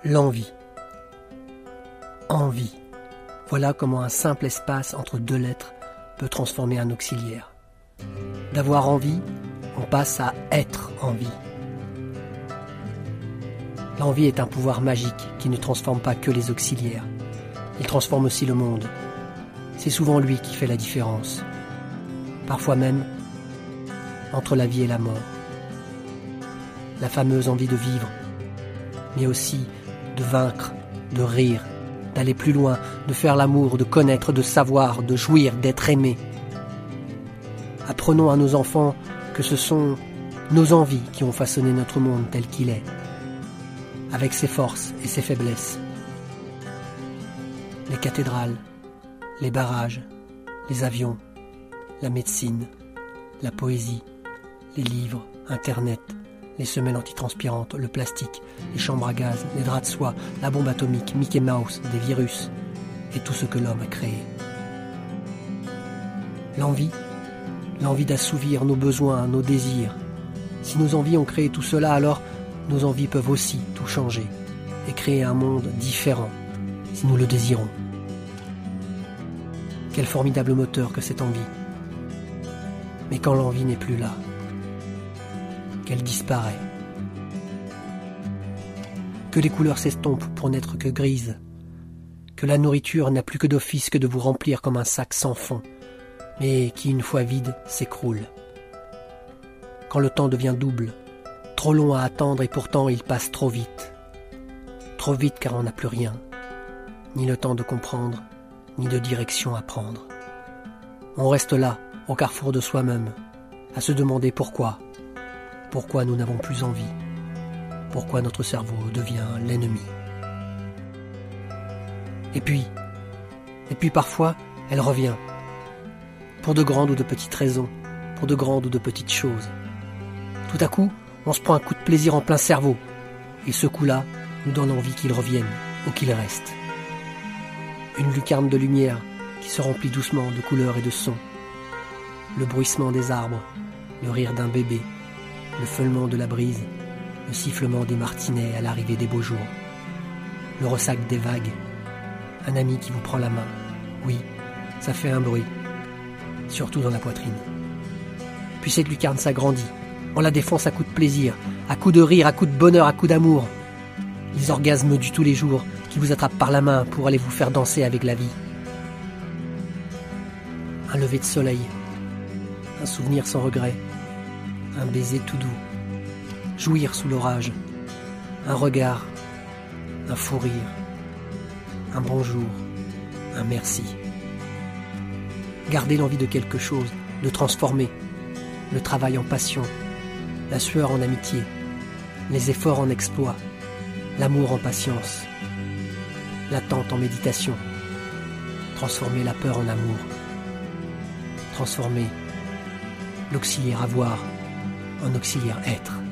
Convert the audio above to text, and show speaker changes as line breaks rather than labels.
L'envie. Envie. Voilà comment un simple espace entre deux lettres peut transformer un auxiliaire. D'avoir envie, on passe à être en vie. L'envie est un pouvoir magique qui ne transforme pas que les auxiliaires. Il transforme aussi le monde. C'est souvent lui qui fait la différence. Parfois même entre la vie et la mort. La fameuse envie de vivre, mais aussi de vaincre, de rire, d'aller plus loin, de faire l'amour, de connaître, de savoir, de jouir, d'être aimé. Apprenons à nos enfants que ce sont nos envies qui ont façonné notre monde tel qu'il est, avec ses forces et ses faiblesses. Les cathédrales, les barrages, les avions, la médecine, la poésie, les livres, Internet, les semelles antitranspirantes, le plastique, les chambres à gaz, les draps de soie, la bombe atomique, Mickey Mouse, des virus et tout ce que l'homme a créé. L'envie d'assouvir nos besoins, nos désirs. Si nos envies ont créé tout cela, alors nos envies peuvent aussi tout changer et créer un monde différent, si nous le désirons. Quel formidable moteur que cette envie. Mais quand l'envie n'est plus là, qu'elle disparaît, que les couleurs s'estompent pour n'être que grises, que la nourriture n'a plus que d'office que de vous remplir comme un sac sans fond, mais qui, une fois vide, s'écroule. Quand le temps devient double, trop long à attendre et pourtant il passe trop vite. Trop vite car on n'a plus rien, ni le temps de comprendre, ni de direction à prendre. On reste là, au carrefour de soi-même, à se demander pourquoi nous n'avons plus envie, pourquoi notre cerveau devient l'ennemi. Et puis parfois, elle revient, pour de grandes ou de petites raisons, pour de grandes ou de petites choses. Tout à coup, on se prend un coup de plaisir en plein cerveau, et ce coup-là nous donne envie qu'il revienne ou qu'il reste. Une lucarne de lumière qui se remplit doucement de couleurs et de sons, le bruissement des arbres, le rire d'un bébé, le feulement de la brise, le sifflement des martinets à l'arrivée des beaux jours, le ressac des vagues, un ami qui vous prend la main. Oui, ça fait un bruit, surtout dans la poitrine. Puis cette lucarne s'agrandit, on la défonce à coups de plaisir, à coups de rire, à coups de bonheur, à coups d'amour. Les orgasmes du tous les jours qui vous attrapent par la main pour aller vous faire danser avec la vie. Un lever de soleil, un souvenir sans regret, un baiser tout doux, jouir sous l'orage, un regard, un fou rire, un bonjour, un merci. Garder l'envie de quelque chose, de transformer, le travail en passion, la sueur en amitié, les efforts en exploit, l'amour en patience, l'attente en méditation, transformer la peur en amour, transformer l'auxiliaire avoir en auxiliaire être.